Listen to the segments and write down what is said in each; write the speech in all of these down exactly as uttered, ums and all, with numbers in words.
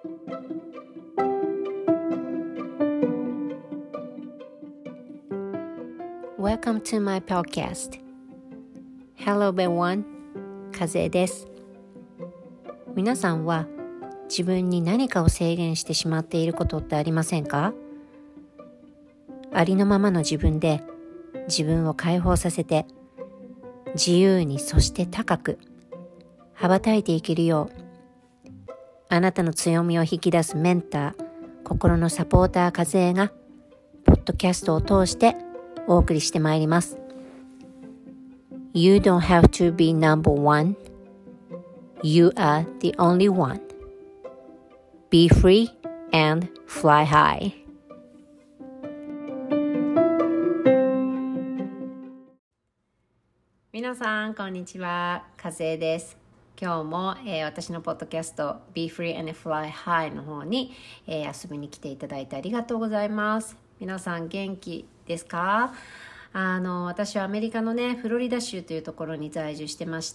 Welcome to my podcast. Hello everyone. 風です。皆さんは自分に何かを制限してしまっていることってありませんか？ありのままの自分で自分を解放させて、自由にそして高く羽ばたいていけるよう、あなたの強みを引き出すメンター、心のサポーター風がポッドキャストを通してお送りしてまいります。 You don't have to be number one. You are the only one. Be free and fly high. 皆さんこんにちは、風です。今日も、えー、私のポッドキャスト Be Free and Fly High の方に、えー、遊びに来ていただいてありがとうございます。皆さん元気ですか？あの私はアメリカのねフロリダ州というところに在住してまして、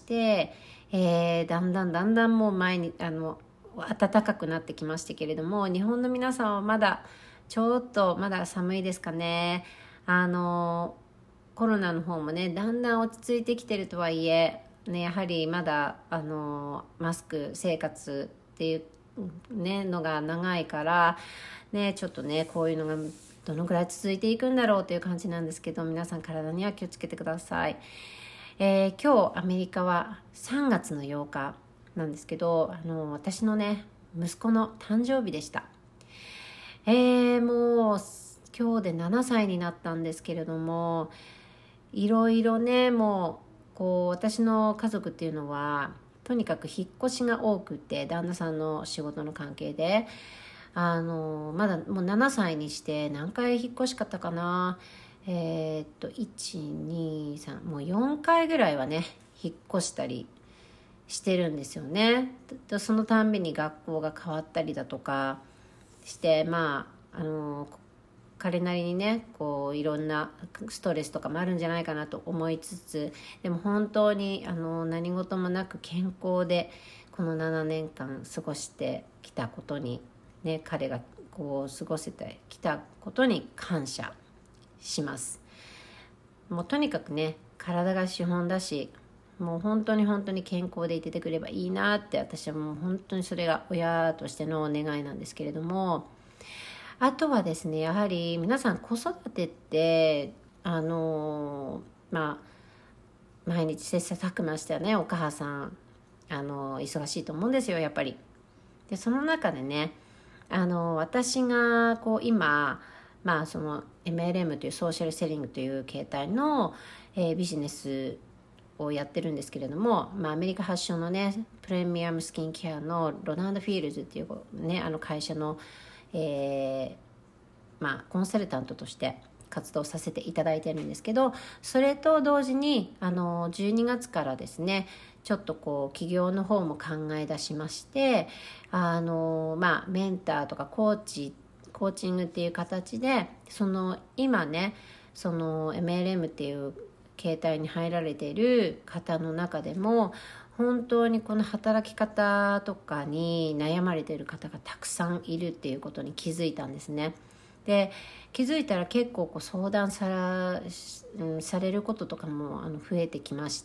えー、だんだんだんだんもう前にあの暖かくなってきましたけれども、日本の皆さんはまだちょっとまだ寒いですかね。あのコロナの方もねだんだん落ち着いてきてるとはいえ、ね、やはりまだあのマスク生活っていう、ね、のが長いから、ね、ちょっとねこういうのがどのくらい続いていくんだろうという感じなんですけど、皆さん体には気をつけてください。えー、今日アメリカはさんがつのようかなんですけど、あの私のね息子の誕生日でした。えー、もう今日でななさいになったんですけれども、いろいろねもうこう私の家族っていうのはとにかく引っ越しが多くて、旦那さんの仕事の関係であのまだもうななさいにして何回引っ越しかったかな、えー、っといち、に、さんもうよんかいぐらいはね引っ越したりしてるんですよね。そのたんびに学校が変わったりだとかして、まああの彼なりにねこういろんなストレスとかもあるんじゃないかなと思いつつ、でも本当にあの何事もなく健康でこのななねんかん過ごしてきたことにね、彼がこう過ごせてきたことに感謝します。もうとにかくね体が資本だし、もう本当に本当に健康でいててくればいいなって、私はもう本当にそれが親としての願いなんですけれども、あとはですねやはり皆さん子育てってあのまあ毎日切磋琢磨したよね、お母さんあの忙しいと思うんですよやっぱり。でその中でねあの私がこう今、まあ、その エムエルエム というソーシャルセリングという形態の、えー、ビジネスをやってるんですけれども、まあ、アメリカ発祥のねプレミアムスキンケアのロナンド・フィールズっていう、ね、あの会社の、えーまあ、コンサルタントとして活動させていただいてるんですけど、それと同時にあのじゅうにがつからですねちょっとこう企業の方も考え出しまして、あの、まあ、メンターとかコーチコーチングっていう形でその今ねその エムエルエム っていう形態に入られている方の中でも本当にこの働き方とかに悩まれている方がたくさんいるっていうことに気づいたんですね。で気づいたら結構こう相談さら、うん、されることとかもあの増えてきまして、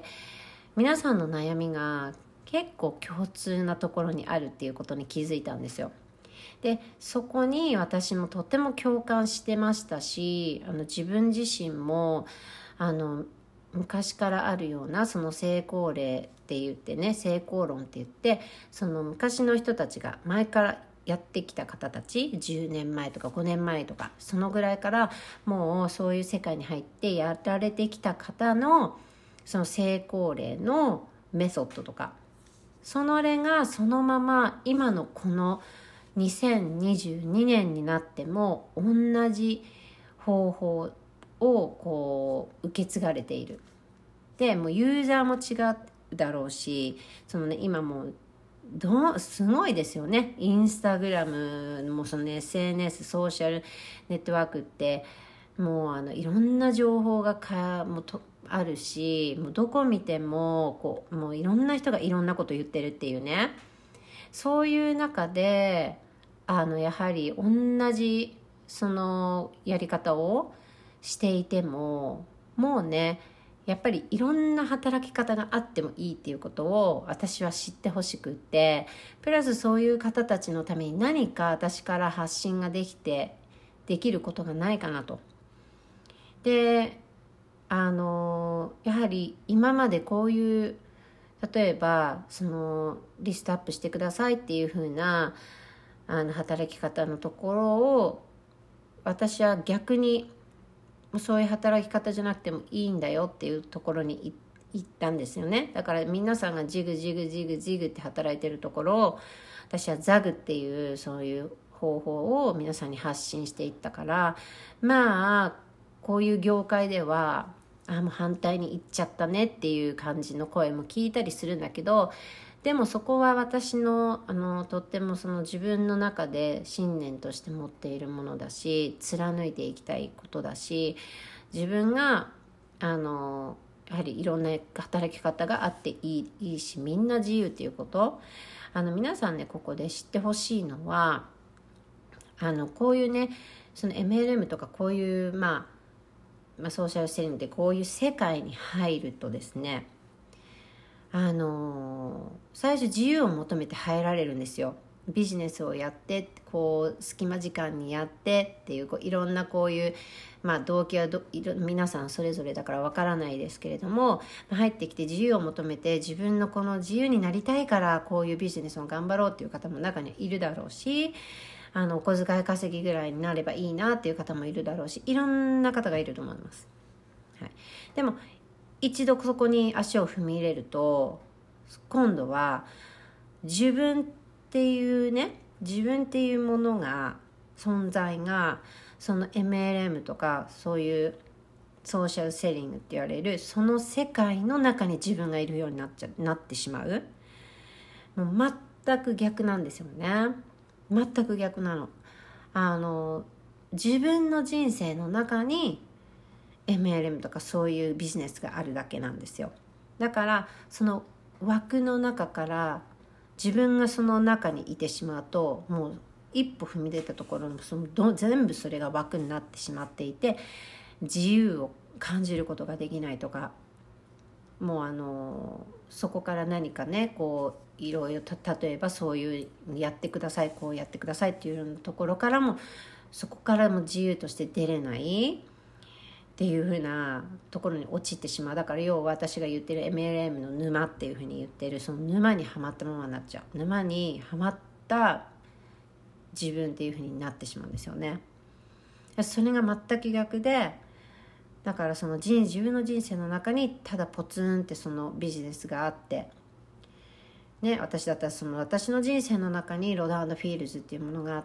皆さんの悩みが結構共通なところにあるっていうことに気づいたんですよ。でそこに私もとても共感してましたし、あの自分自身もあの昔からあるようなその成功例って言ってね、成功論って言ってその昔の人たちが前からやってきた方たち、じゅうねんまえとかごねんまえとかそのぐらいからもうそういう世界に入ってやられてきた方のその成功例のメソッドとか、その例がそのまま今のこのにせんにじゅうにねんになっても同じ方法をこう受け継がれている。でもうユーザーも違うだろうし、そのね今もうどすごいですよね。インスタグラムもその、ね、エスエヌエス ソーシャルネットワークってもうあのいろんな情報がかもとあるし、もうどこ見てもこうもういろんな人がいろんなこと言ってるっていうね。 そういう中であのやはり同じそのやり方をしていても、もうねやっぱりいろんな働き方があってもいいっていうことを私は知ってほしくって、プラスそういう方たちのために何か私から発信ができてできることがないかなと。であのやはり今までこういう例えばそのリストアップしてくださいっていう風なあの働き方のところを、私は逆にそういう働き方じゃなくてもいいんだよっていうところに行ったんですよね。だから皆さんがジグジグジグジグって働いてるところを、私はザグっていうそういう方法を皆さんに発信していったから、まあこういう業界ではあもう反対に行っちゃったねっていう感じの声も聞いたりするんだけど、でもそこは私の、あのとってもその自分の中で信念として持っているものだし、貫いていきたいことだし、自分があのやはりいろんな働き方があっていい、いいし、みんな自由っていうこと、あの皆さんねここで知ってほしいのは、あのこういうねその エムエルエム とかこういう、まあ、まあソーシャルセーリングでこういう世界に入るとですね、あの最初自由を求めて入られるんですよ。ビジネスをやってこう隙間時間にやってっていう、こういろんなこういう、まあ、動機はどいろ皆さんそれぞれだからわからないですけれども、入ってきて自由を求めて自分のこの自由になりたいからこういうビジネスを頑張ろうっていう方も中にはいるだろうし、あのお小遣い稼ぎぐらいになればいいなっていう方もいるだろうし、いろんな方がいると思います、はい、でも一度そこに足を踏み入れると、今度は自分っていうね自分っていうものが存在が、その エムエルエム とかそういうソーシャルセーリングって言われるその世界の中に自分がいるようになっちゃなってしまう。もう全く逆なんですよね。全く逆なの。あの自分の人生の中に エムエルエム とかそういうビジネスがあるだけなんですよ。だからその枠の中から自分がその中にいてしまうと、もう一歩踏み出たところのそのど全部それが枠になってしまっていて、自由を感じることができないとか、もうあのそこから何かねこういろいろと例えばそういうやってくださいこうやってくださいっていうようなところからも、そこからも自由として出れないっていう風なところに陥ってしまう。だから要は私が言ってる エムエルエム の沼っていう風に言ってる、その沼にはまったままになっちゃう、沼にはまった自分っていう風になってしまうんですよね。それが全く逆で、だからその人自分の人生の中にただポツンってそのビジネスがあって、ね、私だったらその私の人生の中にロダンドフィールズっていうものがあって、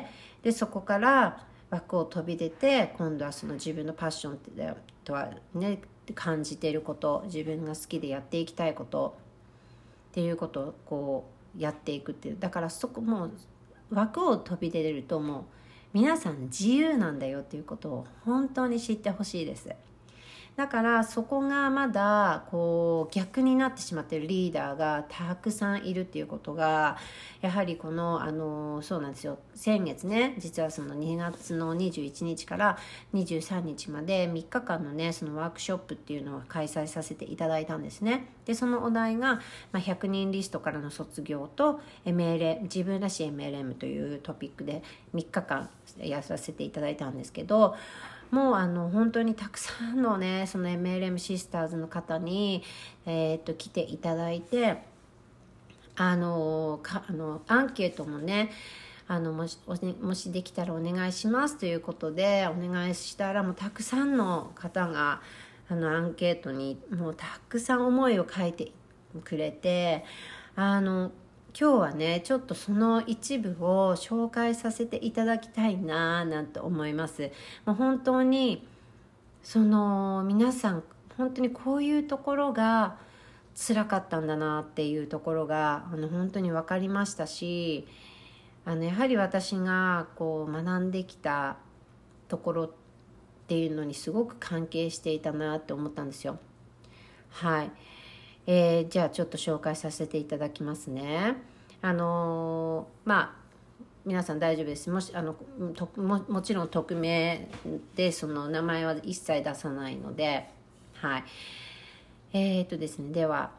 でそこから枠を飛び出て、今度はその自分のパッションとはね感じていること、自分が好きでやっていきたいことっていうことをこうやっていくっていう。だからそこもう枠を飛び出ると、もう皆さん自由なんだよっていうことを本当に知ってほしいです。だからそこがまだこう逆になってしまっているリーダーがたくさんいるっていうことが、やはりこのあのそうなんですよ、先月ね、実はそのにがつのにじゅういちにちからにじゅうさんにちまでみっかかんのねそのワークショップっていうのを開催させていただいたんですね。でそのお題が、まあ、ひゃくにんリストからの卒業と エムエルエム 自分らしい エムエルエム というトピックでみっかかんやらせていただいたんですけど、もうあの本当にたくさんのねその エムエルエム シスターズの方に、えー、っと来ていただいて、あのかあのアンケートもねあのもしもしできたらお願いしますということでお願いしたら、もうたくさんの方があのアンケートにもうたくさん思いを書いてくれて、あの今日はねちょっとその一部を紹介させていただきたいななんて思います。もう本当にその皆さん本当にこういうところが辛かったんだなっていうところがあの本当に分かりましたし、あのやはり私がこう学んできたところっていうのにすごく関係していたなって思ったんですよ。はい、えー、じゃあちょっと紹介させていただきますね。 あのー、まあ皆さん大丈夫です。もしあのと も, もちろん匿名でその名前は一切出さないので、はい。えー、っとですね、では、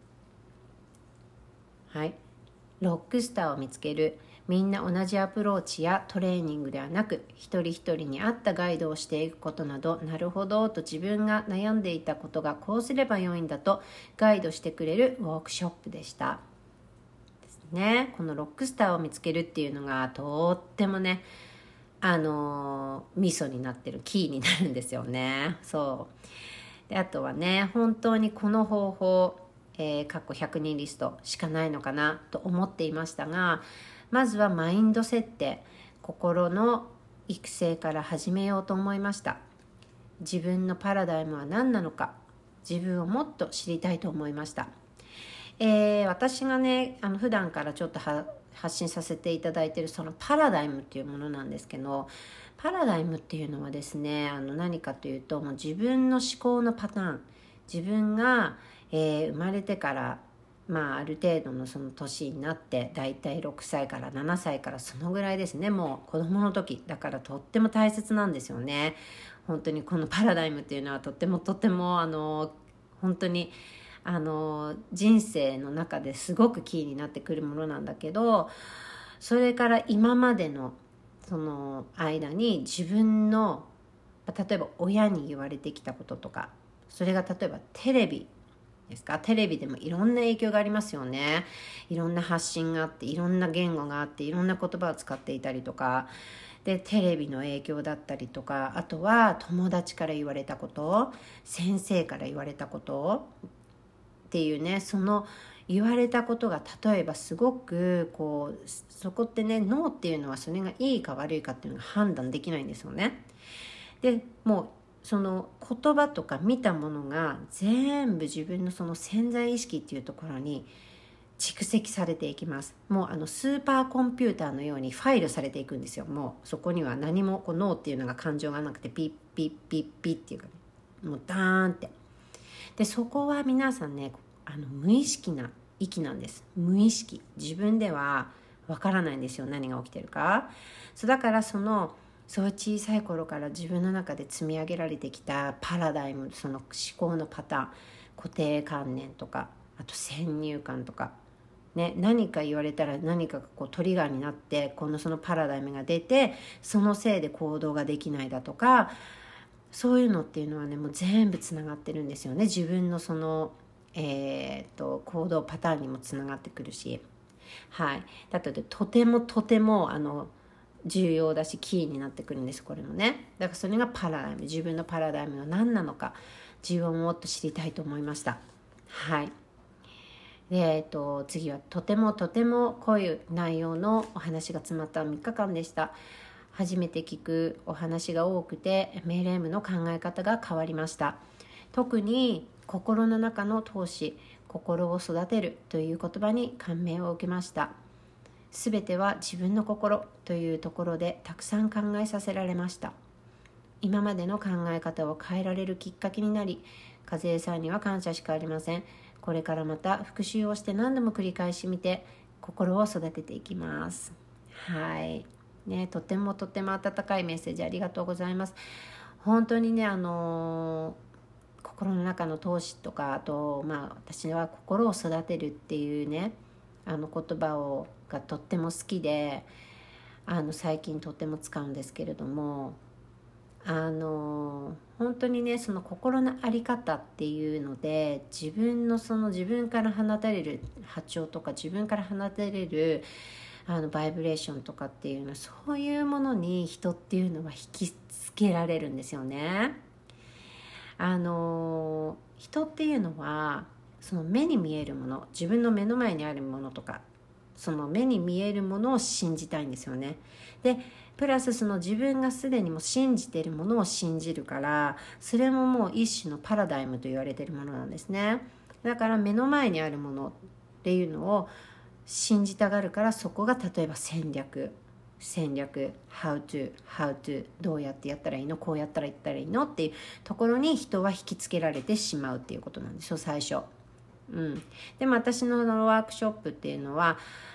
はい。ロックスターを見つける。みんな同じアプローチやトレーニングではなく、一人一人に合ったガイドをしていくことなど、なるほどと自分が悩んでいたことがこうすればよいんだとガイドしてくれるウォークショップでした。ですね。このロックスターを見つけるっていうのがとってもね、あのー、ミソになってるキーになるんですよね。そうで、あとはね、本当にこの方法、えー、過去ひゃくにんリストしかないのかなと思っていましたが、まずはマインド設定、心の育成から始めようと思いました。自分のパラダイムは何なのか、自分をもっと知りたいと思いました。えー、私がね、あの普段からちょっとは発信させていただいているそのパラダイムっていうものなんですけど、パラダイムっていうのはですね、あの何かというと、もう自分の思考のパターン、自分が、えー、生まれてからまあ、ある程度のその年になってだいたいろくさいからななさいからそのぐらいですね。もう子供の時だからとっても大切なんですよね。本当にこのパラダイムっていうのはとってもとってもあの本当にあの人生の中ですごくキーになってくるものなんだけど、それから今までのその間に自分の例えば親に言われてきたこととか、それが例えばテレビですか、テレビでもいろんな影響がありますよね。いろんな発信があって、いろんな言語があって、いろんな言葉を使っていたりとかで、テレビの影響だったりとか、あとは友達から言われたこと、先生から言われたことっていうね、その言われたことが例えばすごくこう、そこってね、脳っていうのはそれがいいか悪いかっていうのが判断できないんですよね。でもうその言葉とか見たものが全部自分のその潜在意識っていうところに蓄積されていきます。もうあのスーパーコンピューターのようにファイルされていくんですよ。もうそこには何もこう脳っていうのが感情がなくてピッピッピッピッっていうか、ね、もうダーンって。でそこは皆さんね、あの無意識な域なんです。無意識、自分ではわからないんですよ、何が起きてるか。そうだからそのそう小さい頃から自分の中で積み上げられてきたパラダイム、その思考のパターン、固定観念とか、あと先入観とか、ね、何か言われたら何かがこうトリガーになって、このそのパラダイムが出て、そのせいで行動ができないだとか、そういうのっていうのはね、もう全部つながってるんですよね。自分のその、えー、と行動パターンにもつながってくるし、はい、だってとてもとてもあの重要だしキーになってくるんです、これもね。だからそれがパラダイム、自分のパラダイムが何なのか、自分をもっと知りたいと思いました。はい。で、えっと、次はとてもとても濃い内容のお話が詰まったみっかかんでした。初めて聞くお話が多くて、メールエムの考え方が変わりました。特に心の中の投資、心を育てるという言葉に感銘を受けました。すべては自分の心というところでたくさん考えさせられました。今までの考え方を変えられるきっかけになり、和江さんには感謝しかありません。これからまた復習をして何度も繰り返し見て心を育てていきます。はいね、とてもとても温かいメッセージありがとうございます。本当にね、あのー、心の中の投資とか、あと、まあ、私は心を育てるっていうね、あの言葉をがとっても好きで、あの最近とっても使うんですけれども、あの本当にね、その心の在り方っていうので、自分のその自分から放たれる波長とか、自分から放たれるあのバイブレーションとかっていうのは、そういうものに人っていうのは引きつけられるんですよね。あの人っていうのはその目に見えるもの、自分の目の前にあるものとか、その目に見えるものを信じたいんですよね。でプラスその自分がすでにも信じているものを信じるから、それももう一種のパラダイムと言われているものなんですね。だから目の前にあるものっていうのを信じたがるから、そこが例えば戦略戦略 how to how to どうやってやったらいいの、こうやったらいったらいいのっていうところに人は引きつけられてしまうっていうことなんですよ、最初。うん、でも私のワークショップっていうのは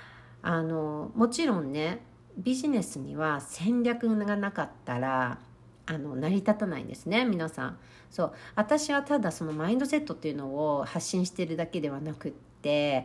あのもちろんね、ビジネスには戦略がなかったらあの成り立たないんですね、皆さん。そう、私はただそのマインドセットっていうのを発信してるだけではなくって、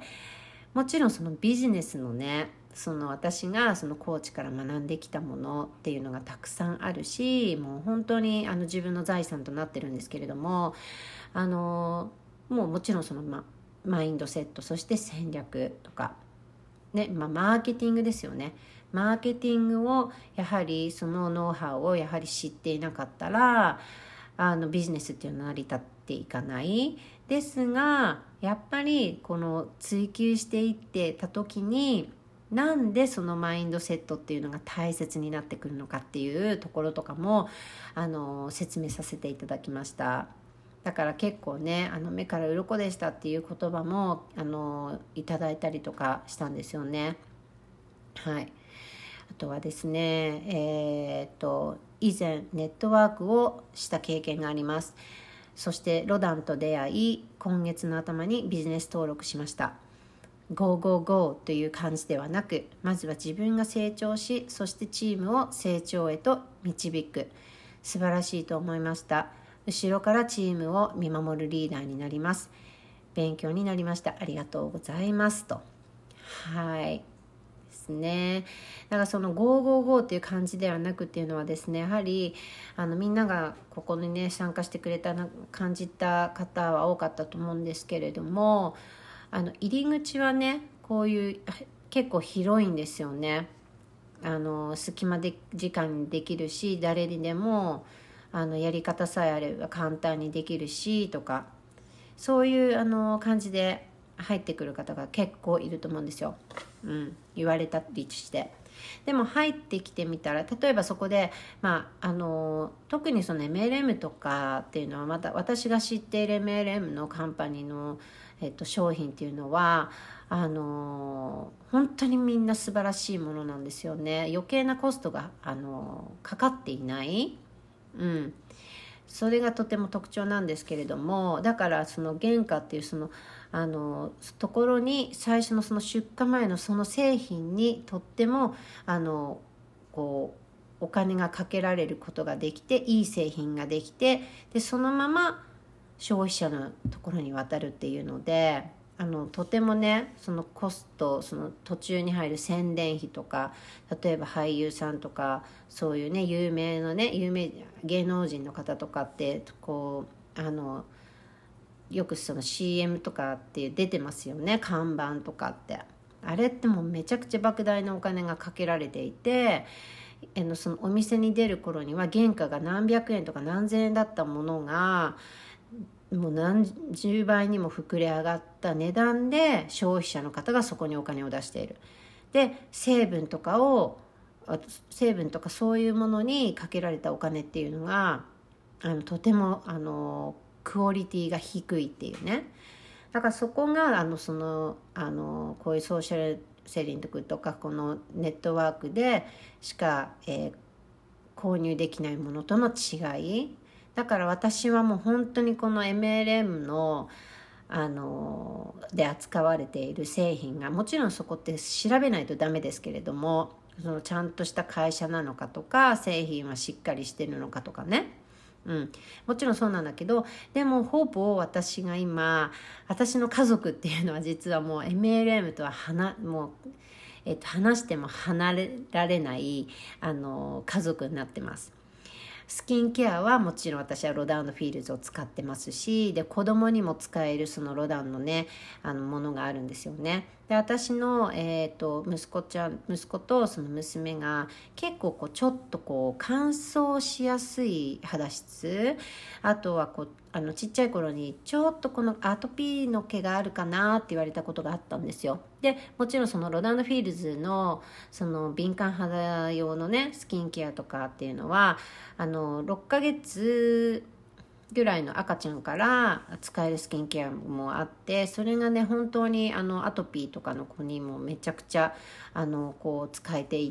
もちろんそのビジネスのね、その私がそのコーチから学んできたものっていうのがたくさんあるし、もう本当にあの自分の財産となってるんですけれども、あのもうもちろんその、ま、マインドセット、そして戦略とかね、まあ、マーケティングですよね。マーケティングをやはりそのノウハウをやはり知っていなかったら、あのビジネスっていうのは成り立っていかないですが、やっぱりこの追求していってた時に、なんでそのマインドセットっていうのが大切になってくるのかっていうところとかもあの説明させていただきました。だから結構ね、あの目から鱗でしたっていう言葉もあのいただいたりとかしたんですよね。はい。あとはですね、えー、っと以前ネットワークをした経験があります。そしてロダンと出会い、今月の頭にビジネス登録しました。ゴーゴーゴーという感じではなく、まずは自分が成長し、そしてチームを成長へと導く。素晴らしいと思いました。後ろからチームを見守るリーダーになります。勉強になりました。ありがとうございますと。はいですね。だからそのゴーゴーゴーっていう感じではなくっていうのはですね、やはりあのみんながここにね参加してくれたな感じた方は多かったと思うんですけれども、あの入り口はねこういう結構広いんですよね。あの隙間で時間にできるし、誰にでもあのやり方さえあれば簡単にできるしとか、そういうあの感じで入ってくる方が結構いると思うんですよ、うん、言われたりして。でも入ってきてみたら、例えばそこで、まあ、あの特にその エムエルエム とかっていうのは、また私が知っている エムエルエム のカンパニーの、えっと、商品っていうのはあの本当にみんな素晴らしいものなんですよね。余計なコストがあのかかっていない、うん、それがとても特徴なんですけれども、だからその原価っていうそのあのところに最初のその出荷前のその製品にとってもあのこうお金がかけられることができて、いい製品ができて、でそのまま消費者のところに渡るっていうので、あのとてもねそのコスト、その途中に入る宣伝費とか、例えば俳優さんとかそういうね有名なね有名芸能人の方とかってこうあのよくその シーエム とかって出てますよね、看板とかって。あれってもうめちゃくちゃ莫大なお金がかけられていて、あのそのお店に出る頃には原価が何百円とか何千円だったものがもう何十倍にも膨れ上がった値段で消費者の方がそこにお金を出している。で成分とかを成分とかそういうものにかけられたお金っていうのがあのとてもあのクオリティが低いっていうね。だからそこがあのそのあのこういうソーシャルセリングとかこのネットワークでしか、えー、購入できないものとの違いだから、私はもう本当にこの エムエルエム のあので扱われている製品が、もちろんそこって調べないとダメですけれども、そのちゃんとした会社なのかとか、製品はしっかりしてるのかとかね、うん、もちろんそうなんだけど、でもほぼ私が今私の家族っていうのは実はもう エムエルエム とは話もう、えっと、話しても離れられないあの家族になってます。スキンケアはもちろん私はロダンのフィールズを使ってますし、で子供にも使えるそのロダンのねあのものがあるんですよね。で私の、えー、と息子ちゃん息子とその娘が結構こうちょっとこう乾燥しやすい肌質、あとはこうあのちっちゃい頃にちょっとこのアトピーの毛があるかなって言われたことがあったんですよ。でもちろんそのロダンドフィールズのその敏感肌用のねスキンケアとかっていうのはあのろっかげつぐらいの赤ちゃんから使えるスキンケアもあって、それがね本当にあのアトピーとかの子にもめちゃくちゃあのこう使えていって、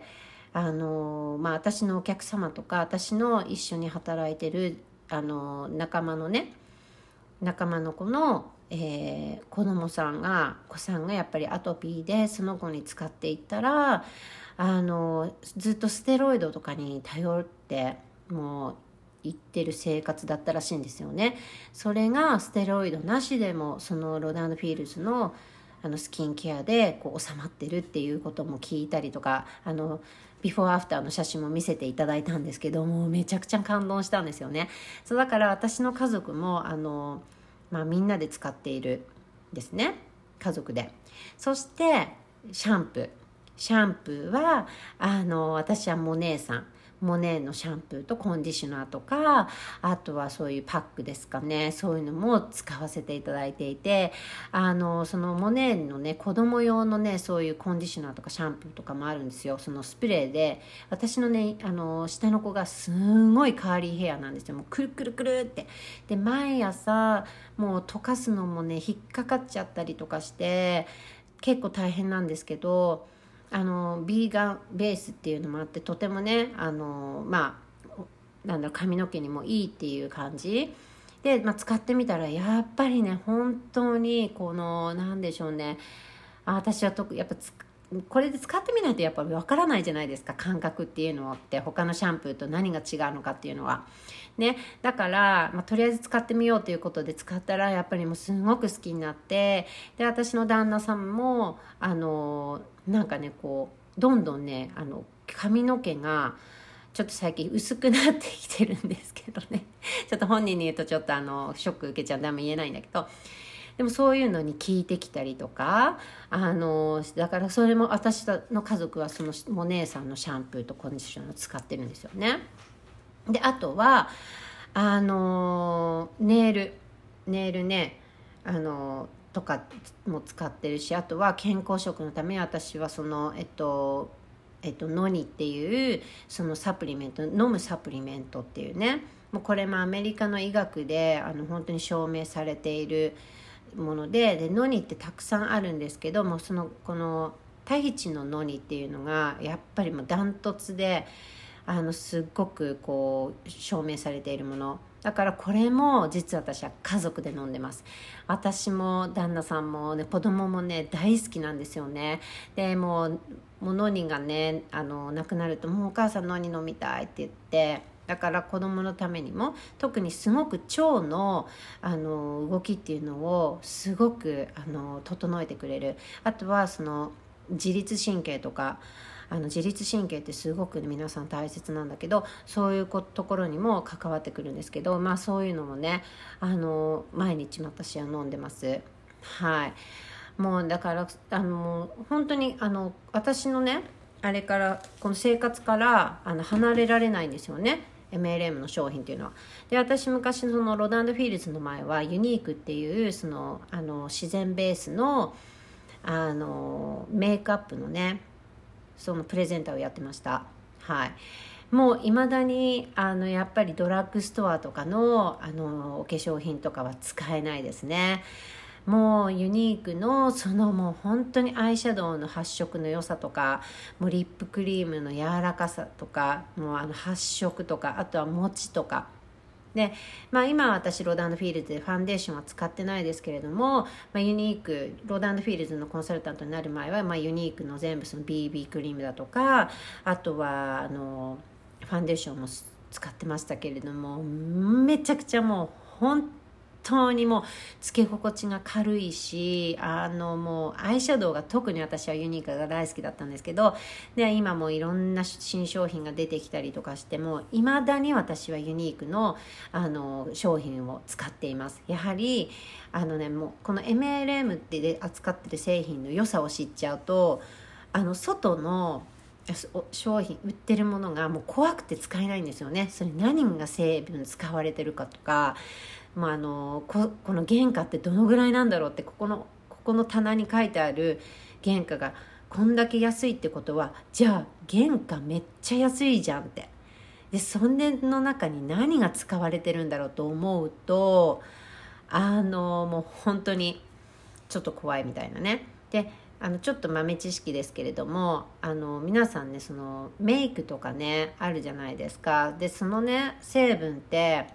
あの、まあ、私のお客様とか私の一緒に働いてるあの仲間のね仲間の子の、 えー、子供さんが子さんがやっぱりアトピーでその子に使っていったらあのずっとステロイドとかに頼ってもう行ってる生活だったらしいんですよね。それがステロイドなしでもそのロダンドフィールズのあのスキンケアでこう収まってるっていうことも聞いたりとか、あのビフォーアフターの写真も見せていただいたんですけども、めちゃくちゃ感動したんですよね。そうだから私の家族もあのまあ、みんなで使っているですね、家族で。そしてシャンプーシャンプーはあの私はモネーさんモネーのシャンプーとコンディショナーとか、あとはそういうパックですかね、そういうのも使わせていただいていて、あのそのモネーのね子供用のねそういうコンディショナーとかシャンプーとかもあるんですよ。そのスプレーで、私のねあの下の子がすごいカーリーヘアなんですよ。もうくるくるくるってで、毎朝もう溶かすのもね引っかかっちゃったりとかして結構大変なんですけど、あのビーガンベースっていうのもあって、とてもねあのまあなんだろう髪の毛にもいいっていう感じで、まあ、使ってみたらやっぱりね本当にこのなんでしょうね、あ私は特やっぱつこれで使ってみないとやっぱりわからないじゃないですか、感覚っていうのって他のシャンプーと何が違うのかっていうのはね。だから、まあ、とりあえず使ってみようということで使ったらやっぱりもうすごく好きになって、で私の旦那さんもあのなんかねこうどんどんねあの髪の毛がちょっと最近薄くなってきてるんですけどねちょっと本人に言うとちょっとあのショック受けちゃダメ言えないんだけど、でもそういうのに効いてきたりとか、あのだからそれも私の家族はそのモネーさんのシャンプーとコンディショナーを使ってるんですよね。であとはあのネイルネイルねあのとかも使ってるし、あとは健康食のために私はそのえっとえっとノニっていうそのサプリメント、飲むサプリメントっていうね、もうこれもアメリカの医学であの本当に証明されているもので、でノニってたくさんあるんですけども、そのこのタヒチのノニっていうのがやっぱりもうダントツであのすっごくこう証明されているものだから、これも実は私は家族で飲んでます。私も旦那さんもね子供もね大好きなんですよね。でもうもうノニがねあの亡くなるともうお母さんノニ飲みたいって言って、だから子供のためにも特にすごく腸のあの動きっていうのをすごくあの整えてくれる。あとはその自律神経とか、あの自律神経ってすごく皆さん大切なんだけど、そういうところにも関わってくるんですけど、まあそういうのもねあの毎日私は飲んでます。はい、もうだからあの本当にあの私のねあれからこの生活からあの離れられないんですよね、 エムエルエム の商品っていうのは。で私昔そのロダンドフィールズの前はユニークっていうそのあの自然ベースのあのメイクアップのねそのプレゼンターをやってました。はい、もういまだにあのやっぱりドラッグストアとかのあのお化粧品とかは使えないですね。もうユニークのそのもう本当にアイシャドウの発色の良さとか、もうリップクリームの柔らかさとか、もうあの発色とか、あとは持ちとかで、まあ、今は私ロダンドフィールズでファンデーションは使ってないですけれども、まあ、ユニークロダンドフィールズのコンサルタントになる前は、まあ、ユニークの全部その ビービー クリームだとか、あとはあのファンデーションも使ってましたけれども、めちゃくちゃもう本当にもうつけ心地が軽いし、あのもうアイシャドウが特に私はユニークが大好きだったんですけど、で今もいろんな新商品が出てきたりとかしても、いまだに私はユニークのあの商品を使っています。やはりあのねもうこの エムエルエム って扱ってる製品の良さを知っちゃうと、あの外の商品売ってるものがもう怖くて使えないんですよね。それ何が成分使われてるかとか、まあ、あの こ, この原価ってどのぐらいなんだろうって、ここのここの棚に書いてある原価がこんだけ安いってことは、じゃあ原価めっちゃ安いじゃんって、でそれの中に何が使われてるんだろうと思うと、あのもう本当にちょっと怖いみたいなね。であのちょっと豆知識ですけれども、あの皆さんねそのメイクとかねあるじゃないですか。でそのね成分って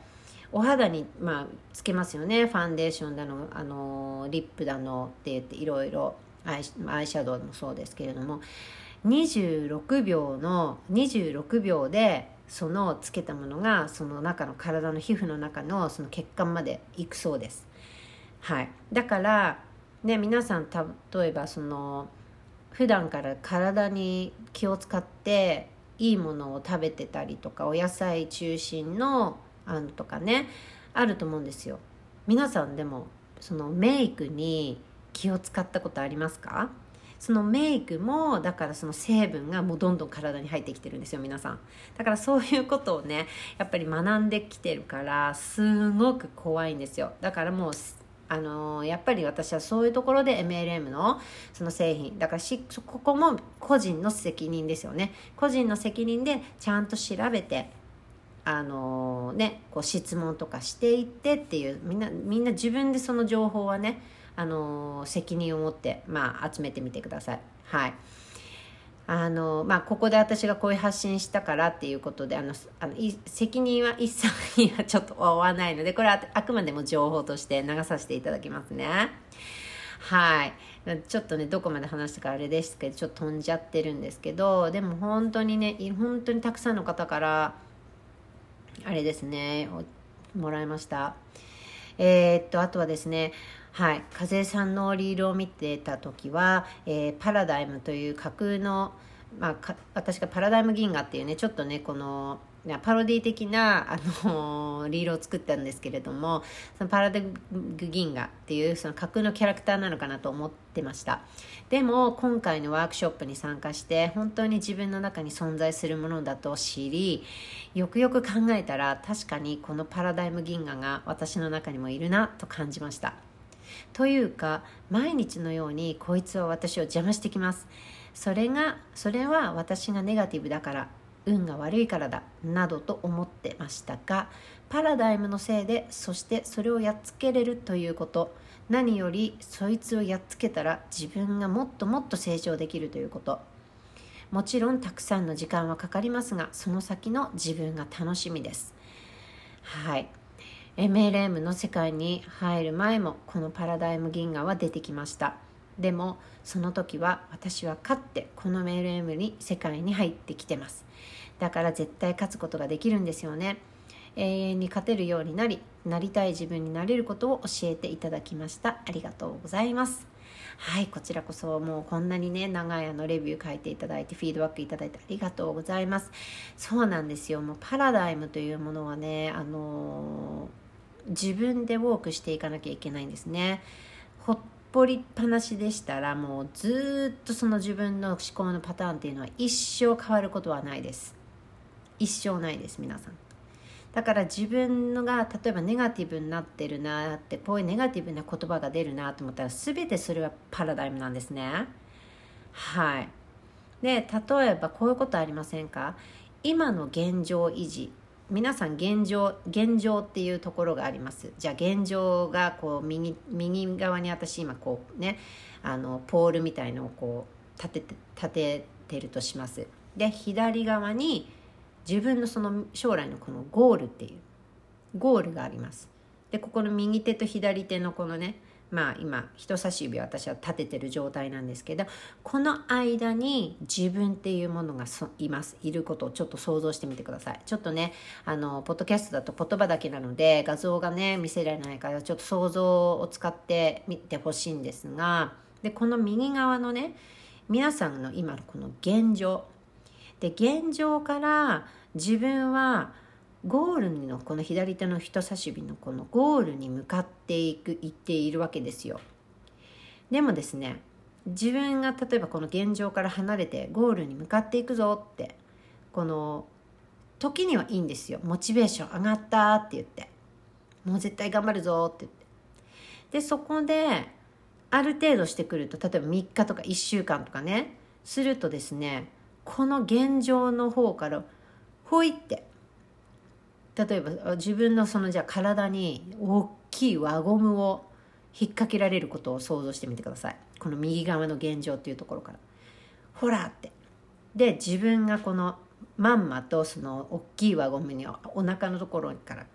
お肌に、まあ、つけますよね。ファンデーションだの、あのリップだのって言っていろいろアイ、アイシャドウもそうですけれども、にじゅうろくびょうのにじゅうろくびょうでそのつけたものがその中の体の皮膚の中のその血管まで行くそうです。はい、だからね、皆さん例えばその普段から体に気を使っていいものを食べてたりとか、お野菜中心のあのとかね、あると思うんですよ。皆さんでもそのメイクに気を使ったことありますか？そのメイクもだからその成分がもうどんどん体に入ってきてるんですよ、皆さん。だからそういうことをね、やっぱり学んできてるからすごく怖いんですよ。だからもうあのー、やっぱり私はそういうところで エムエルエム のその製品だからしここも個人の責任ですよね。個人の責任でちゃんと調べて、あのー、ね、こう質問とかしていってっていう、みんなみんな自分でその情報はね、あのー、責任を持って、まあ、集めてみてください。はい。あのまあ、ここで私がこういう発信したからっていうことであのあの責任は一切はちょっと負わないので、これはあくまでも情報として流させていただきますね。はい、ちょっとねどこまで話したかあれですけど、ちょっと飛んじゃってるんですけど、でも本当にね本当にたくさんの方からあれですねもらいました。えー、っとあとはですね、はい、風さんのリールを見てた時は、えー、パラダイムという架空の、まあ、私がパラダイム銀河っていうねちょっとねこのパロディ的な、あのー、リールを作ったんですけれども、そのパラダイム銀河っていうその架空のキャラクターなのかなと思ってました。でも今回のワークショップに参加して本当に自分の中に存在するものだと知り、よくよく考えたら確かにこのパラダイム銀河が私の中にもいるなと感じました。というか毎日のようにこいつは私を邪魔してきます。それがそれは私がネガティブだから、運が悪いからだなどと思ってましたが、パラダイムのせいで、そしてそれをやっつけれるということ、何よりそいつをやっつけたら自分がもっともっと成長できるということ。もちろんたくさんの時間はかかりますが、その先の自分が楽しみです。はい、エムエルエム の世界に入る前もこのパラダイム銀河は出てきました。でもその時は私は勝ってこの エムエルエム に世界に入ってきてます。だから絶対勝つことができるんですよね。永遠に勝てるようになり、なりたい自分になれることを教えていただきました。ありがとうございます。はい、こちらこそもうこんなにね長いあのレビュー書いていただいてフィードバックいただいてありがとうございます。そうなんですよ。もうパラダイムというものはね、あのー、自分でウォークしていかなきゃいけないんですね。ほっぽりっぱなしでしたらもうずっとその自分の思考のパターンっていうのは一生変わることはないです。一生ないです皆さん。だから自分のが例えばネガティブになってるなって、こういうネガティブな言葉が出るなと思ったら全てそれはパラダイムなんですね。はい。で例えばこういうことありませんか？今の現状維持、皆さん現状現状っていうところがあります。じゃあ現状がこう 右, 右側に私今こうねあのポールみたいのをこう立てて立ててるとします。で左側に自分のその将来のこのゴールっていうゴールがあります。でここの右手と左手のこのね、まあ今人差し指を私は立ててる状態なんですけど、この間に自分っていうものがいますいることをちょっと想像してみてください。ちょっとねあのポッドキャストだと言葉だけなので画像がね見せられないから、ちょっと想像を使ってみてほしいんですが、でこの右側のね皆さんの今のこの現状で、現状から自分はゴールのこの左手の人差し指のこのゴールに向かっていく行っているわけですよ。でもですね、自分が例えばこの現状から離れてゴールに向かっていくぞってこの時にはいいんですよ。モチベーション上がったって言って、もう絶対頑張るぞって言って、でそこである程度してくると、例えばみっかとかいっしゅうかんとかねするとですね、この現状の方からほいって例えば自分のそのじゃあ体に大きい輪ゴムを引っ掛けられることを想像してみてください。この右側の現状っていうところからほらって、で自分がこのまんまとその大きい輪ゴムにお腹のところから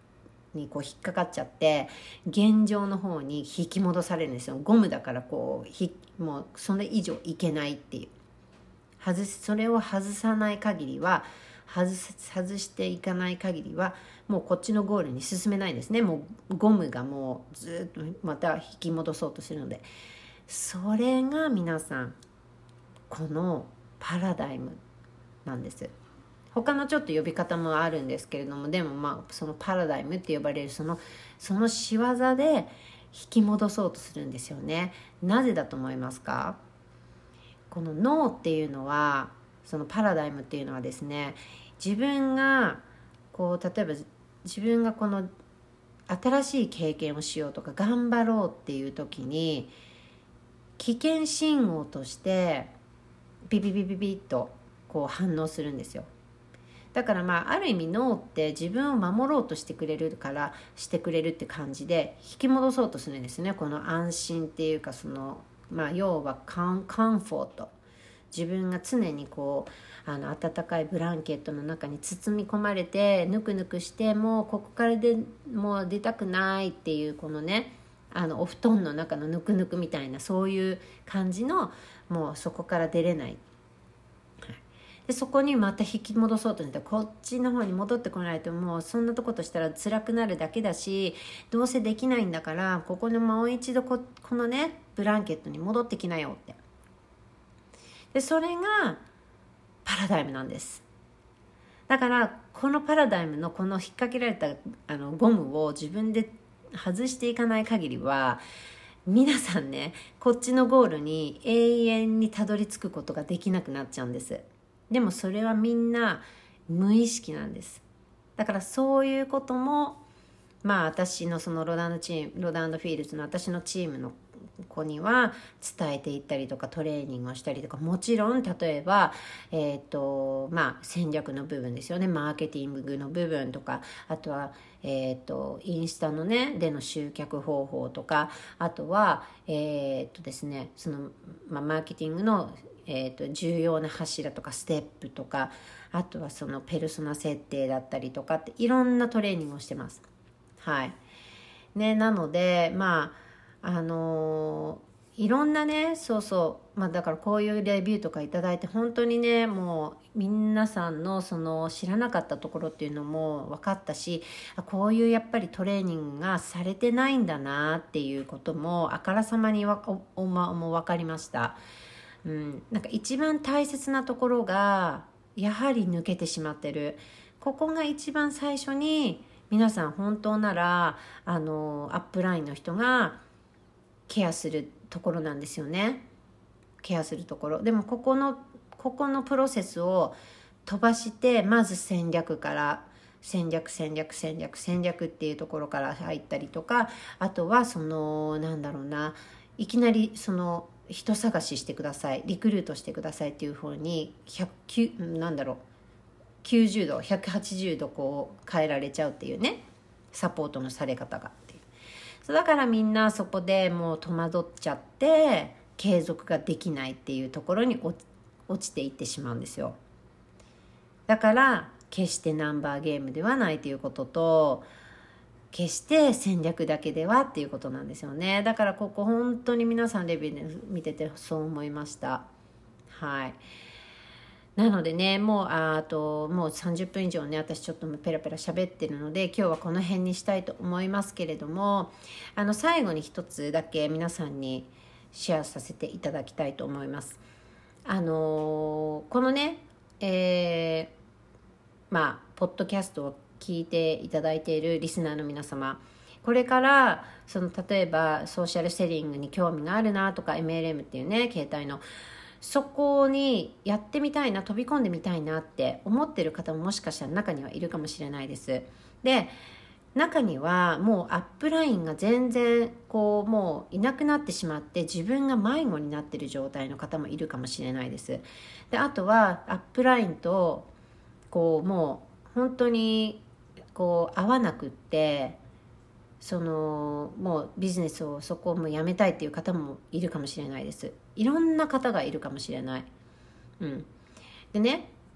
にこう引っかかっちゃって現状の方に引き戻されるんですよ。ゴムだからこうひもうそれ以上いけないっていう、外すそれを外さない限りは外す外していかない限りはもうこっちのゴールに進めないですね。もうゴムがもうずっとまた引き戻そうとするので、それが皆さんこのパラダイムなんです。他のちょっと呼び方もあるんですけれども、でもまあそのパラダイムって呼ばれるそのその仕業で引き戻そうとするんですよね。なぜだと思いますか？この脳っていうのは、そのパラダイムっていうのはですね、自分がこう例えば自分がこの新しい経験をしようとか頑張ろうっていう時に危険信号としてビビビビビッとこう反応するんですよ。だからまあある意味脳って自分を守ろうとしてくれるからしてくれるって感じで引き戻そうとするんですね。この安心っていうか、そのまあ要はカン、カンフォート、自分が常にこうあの温かいブランケットの中に包み込まれてぬくぬくして、もうここからでもう出たくないっていうこのね、あのお布団の中のぬくぬくみたいな、そういう感じの、もうそこから出れない、でそこにまた引き戻そうとしてこっちの方に戻ってこないと、もうそんなとことしたら辛くなるだけだし、どうせできないんだからここでもう一度 こ, このねブランケットに戻ってきなよって。でそれがパラダイムなんです。だからこのパラダイムのこの引っ掛けられたあのゴムを自分で外していかない限りは、皆さんねこっちのゴールに永遠にたどり着くことができなくなっちゃうんです。でもそれはみんな無意識なんです。だからそういうこともまあ私のそのロダンドチームロダンドフィールズの私のチームの子には伝えていったりとかトレーニングをしたりとか、もちろん例えば、えーとまあ、戦略の部分ですよね、マーケティングの部分とか、あとは、えーとインスタのねでの集客方法とか、あとはえーとですねその、まあ、マーケティングのえーと重要な柱とかステップとか、あとはそのペルソナ設定だったりとかっていろんなトレーニングをしてます。はいね、なのでまああのー、いろんなねそうそう、まあ、だからこういうレビューとかいただいて本当にねもう皆さんのその知らなかったところっていうのも分かったし、こういうやっぱりトレーニングがされてないんだなっていうこともあからさまにわおおまも分かりました。うん、なんか一番大切なところがやはり抜けてしまってる。ここが一番最初に皆さん本当ならあのアップラインの人がケアするところなんですよね。ケアするところでもここのここのプロセスを飛ばして、まず戦略から戦略戦略戦略戦略っていうところから入ったりとか、あとはそのなんだろうないきなりその人探ししてください、リクルートしてくださいっていうふうにひゃくきゅうなんだろうきゅうじゅうどひゃくはちじゅうどこう変えられちゃうっていうね、サポートのされ方がっていう。そうだからみんなそこでもう戸惑っちゃって継続ができないっていうところに落ちていってしまうんですよ。だから決してナンバーゲームではないということと、決して戦略だけではっていうことなんですよね。だからここ本当に皆さんレビューで見ててそう思いました。はいなのでねもうああともうさんじゅっぷん以上ね私ちょっとペラペラ喋ってるので今日はこの辺にしたいと思いますけれども、あの最後に一つだけ皆さんにシェアさせていただきたいと思います。あのー、このね、えー、まあポッドキャストを聞いていただいているリスナーの皆様、これからその例えばソーシャルセリングに興味があるなとか エムエルエム っていうね携帯のそこにやってみたいな飛び込んでみたいなって思ってる方ももしかしたら中にはいるかもしれないです。で中にはもうアップラインが全然こうもういなくなってしまって自分が迷子になっている状態の方もいるかもしれないです。であとはアップラインとこうもう本当にこう合わなくってそのもうビジネスをそこをもうやめたいっていう方もいるかもしれないです。いろんな方がいるかもしれない、うん、でね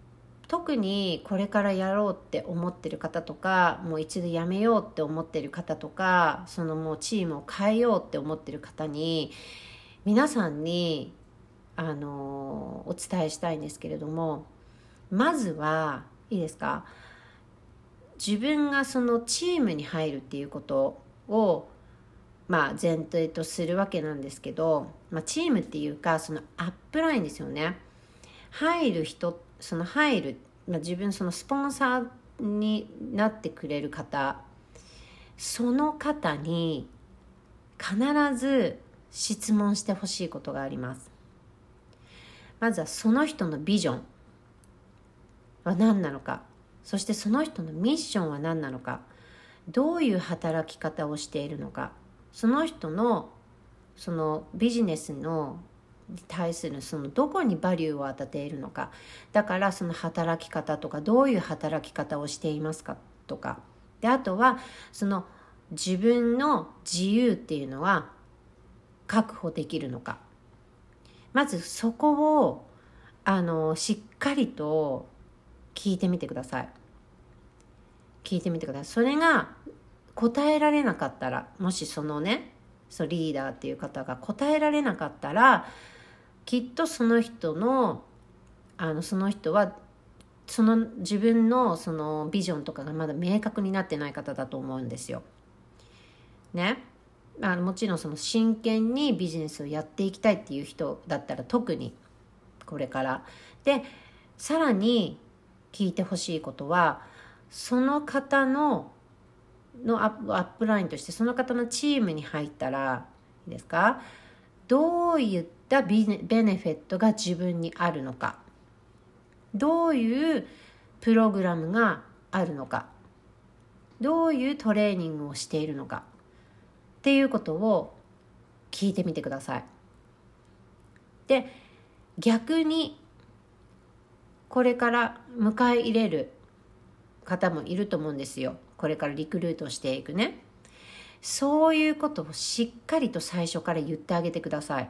特にこれからやろうって思ってる方とか、もう一度やめようって思ってる方とか、そのもうチームを変えようって思ってる方に、皆さんにあのお伝えしたいんですけれども、まずはいいですか、自分がそのチームに入るっていうことをまあ前提とするわけなんですけど、まあ、チームっていうかそのアップラインですよね。入る人、その入る、まあ、自分そのスポンサーになってくれる方、その方に必ず質問してほしいことがあります。まずはその人のビジョンは何なのか、そしてその人のミッションは何なのか、どういう働き方をしているのか、その人のそのビジネスのに対するそのどこにバリューを与えているのか、だからその働き方とか、どういう働き方をしていますかとかで、あとはその自分の自由っていうのは確保できるのか、まずそこをあのしっかりと聞いてみてください。聞いてみてください。それが答えられなかったら、もしそのね、そのリーダーっていう方が答えられなかったら、きっとその人のあのその人はその自分のそのビジョンとかがまだ明確になってない方だと思うんですよ。ね。あのもちろんその真剣にビジネスをやっていきたいっていう人だったら特にこれからで、さらに聞いてほしいことは、その方ののアップ、アップラインとして、その方のチームに入ったらいいですか、どういったビネベネフィットが自分にあるのか、どういうプログラムがあるのか、どういうトレーニングをしているのかっていうことを聞いてみてください。で、逆にこれから迎え入れる方もいると思うんですよ。これからリクルートしていくね。そういうことをしっかりと最初から言ってあげてください。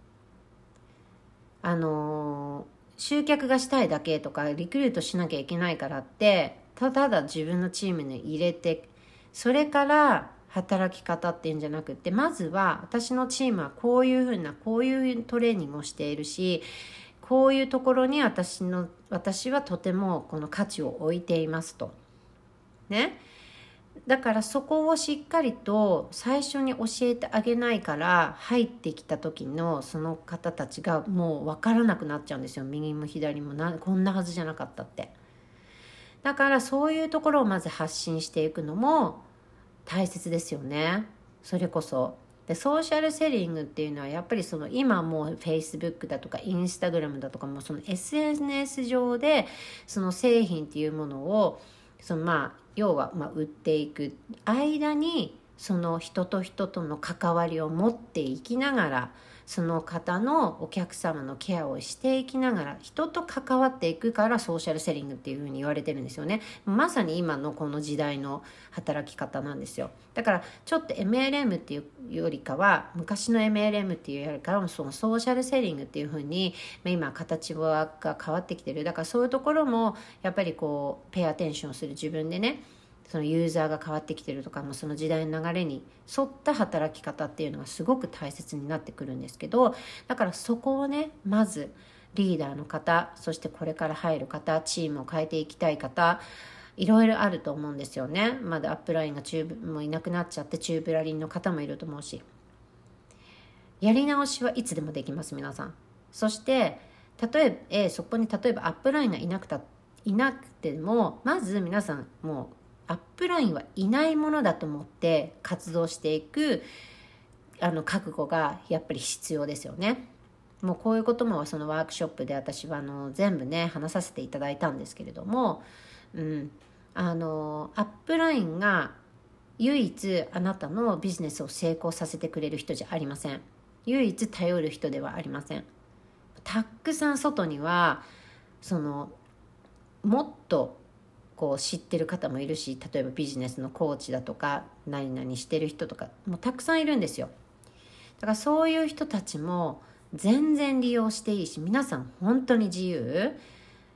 あの集客がしたいだけとか、リクルートしなきゃいけないからってただただ自分のチームに入れて、それから働き方っていうんじゃなくって、まずは私のチームはこういうふうなこういうトレーニングをしているし、こういうところに私の私はとてもこの価値を置いていますとね。だからそこをしっかりと最初に教えてあげないから、入ってきた時のその方たちがもう分からなくなっちゃうんですよ。右も左もなこんなはずじゃなかったって。だからそういうところをまず発信していくのも大切ですよね。それこそでソーシャルセリングっていうのはやっぱりその今もう Facebook だとか Instagram だとかもその エスエヌエス 上でその製品っていうものをそのまあ要はまあ売っていく間に、その人と人との関わりを持っていきながら、その方のお客様のケアをしていきながら人と関わっていくからソーシャルセリングっていうふうに言われてるんですよね。まさに今のこの時代の働き方なんですよ。だからちょっと エムエルエム っていうよりかは、昔の エムエルエム っていうよりかはそのソーシャルセリングっていうふうに今形が変わってきてる。だからそういうところもやっぱりこうペアアテンションする、自分でね、そのユーザーが変わってきてるとかも、その時代の流れに沿った働き方っていうのがすごく大切になってくるんですけど、だからそこをね、まずリーダーの方、そしてこれから入る方、チームを変えていきたい方、いろいろあると思うんですよね。まだアップラインがチューブもいなくなっちゃってチューブラリンの方もいると思うし、やり直しはいつでもできます、皆さん。そして例えばそこに例えばアップラインがいなくたいなくても、まず皆さんもうアップラインはいないものだと思って活動していくあの覚悟がやっぱり必要ですよね。もうこういうこともそのワークショップで私はあの全部ね話させていただいたんですけれども、うん、あのアップラインが唯一あなたのビジネスを成功させてくれる人じゃありません。唯一頼る人ではありません。たくさん外にはそのもっとこう知ってる方もいるし、例えばビジネスのコーチだとか何々してる人とかもたくさんいるんですよ。だからそういう人たちも全然利用していいし、皆さん本当に自由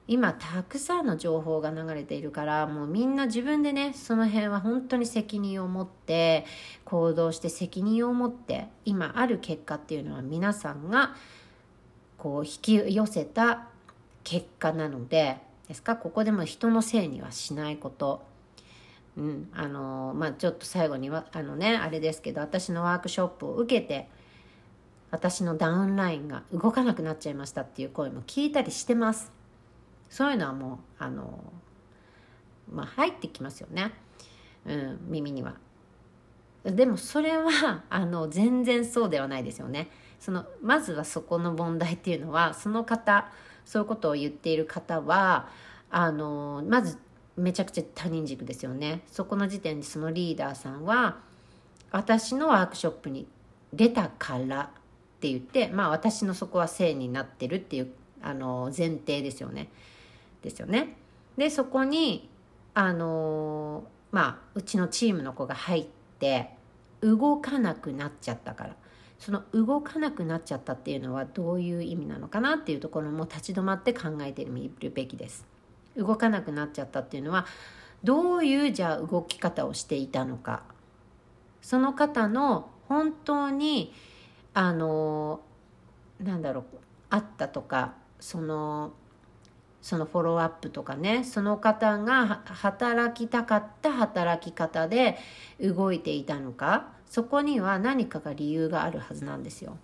今たくさんの情報が流れているから、もうみんな自分でね、その辺は本当に責任を持って行動して、責任を持って今ある結果っていうのは皆さんがこう引き寄せた結果なのでですか。ここでも人のせいにはしないこと、うん、あのまあちょっと最後にはあのねあれですけど、私のワークショップを受けて私のダウンラインが動かなくなっちゃいましたっていう声も聞いたりしてます。そういうのはもうあの、まあ、入ってきますよね、うん、耳には。でもそれはあの全然そうではないですよね。そのまずはそこの問題っていうのは、その方、そういうことを言っている方はあのまずめちゃくちゃ他人軸ですよね。そこの時点でそのリーダーさんは私のワークショップに出たからって言って、まあ私のそこは正になってるっていうあの前提ですよね。ですよね。でそこにあのまあうちのチームの子が入って動かなくなっちゃったから、その動かなくなっちゃったっていうのはどういう意味なのかなっていうところも立ち止まって考えてみるべきです。動かなくなっちゃったっていうのはどういうじゃあ動き方をしていたのか、その方の本当にあのなんだろうあったとか、そのそのフォローアップとかね、その方が働きたかった働き方で動いていたのか、そこには何かが理由があるはずなんですよ。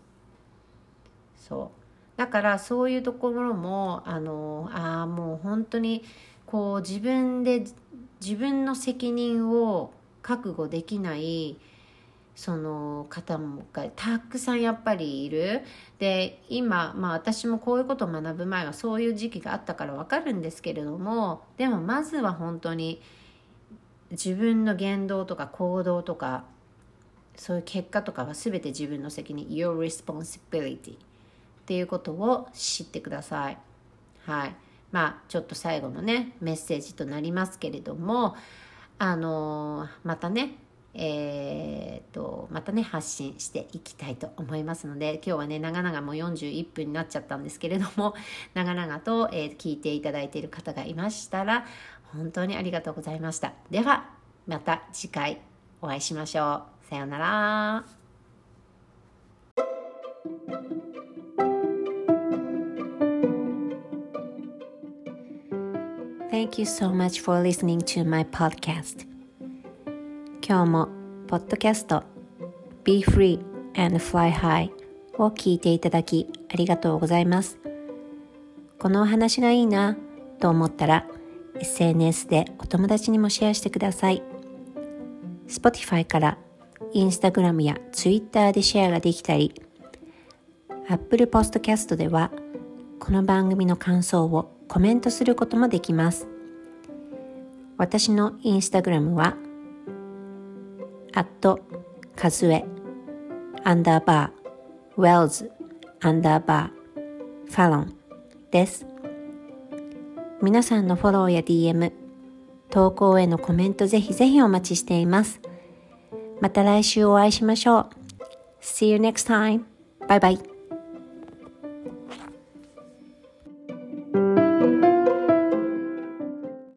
そうだからそういうところもあのあもう本当にこう自分で自分の責任を覚悟できないその方もがたくさんやっぱりいる。で今、まあ、私もこういうことを学ぶ前はそういう時期があったから分かるんですけれども、でもまずは本当に自分の言動とか行動とかそういう結果とかは全て自分の責任 Your responsibility っていうことを知ってください。はい、まあちょっと最後のねメッセージとなりますけれども、あのまたねえー、とまたね発信していきたいと思いますので、今日はね長々もうよんじゅういっぷんになっちゃったんですけれども、長々と、えー、聞いていただいている方がいましたら本当にありがとうございました。ではまた次回お会いしましょう。さようなら。Thank you so much for listening to my podcast. 今日もポッドキャスト Be Free and Fly High を聞いていただきありがとうございます。このお話がいいなと思ったら エスエヌエス でお友達にもシェアしてください。 Spotify からInstagram や Twitter でシェアができたり、 Apple Podcast ではこの番組の感想をコメントすることもできます。私の Instagram はアットカズエアンダーバーウェルズアンダーバーファロンです。皆さんのフォローや ディーエム、 投稿へのコメントぜひぜひお待ちしています。また来週お会いしましょう。See you next time. Bye bye.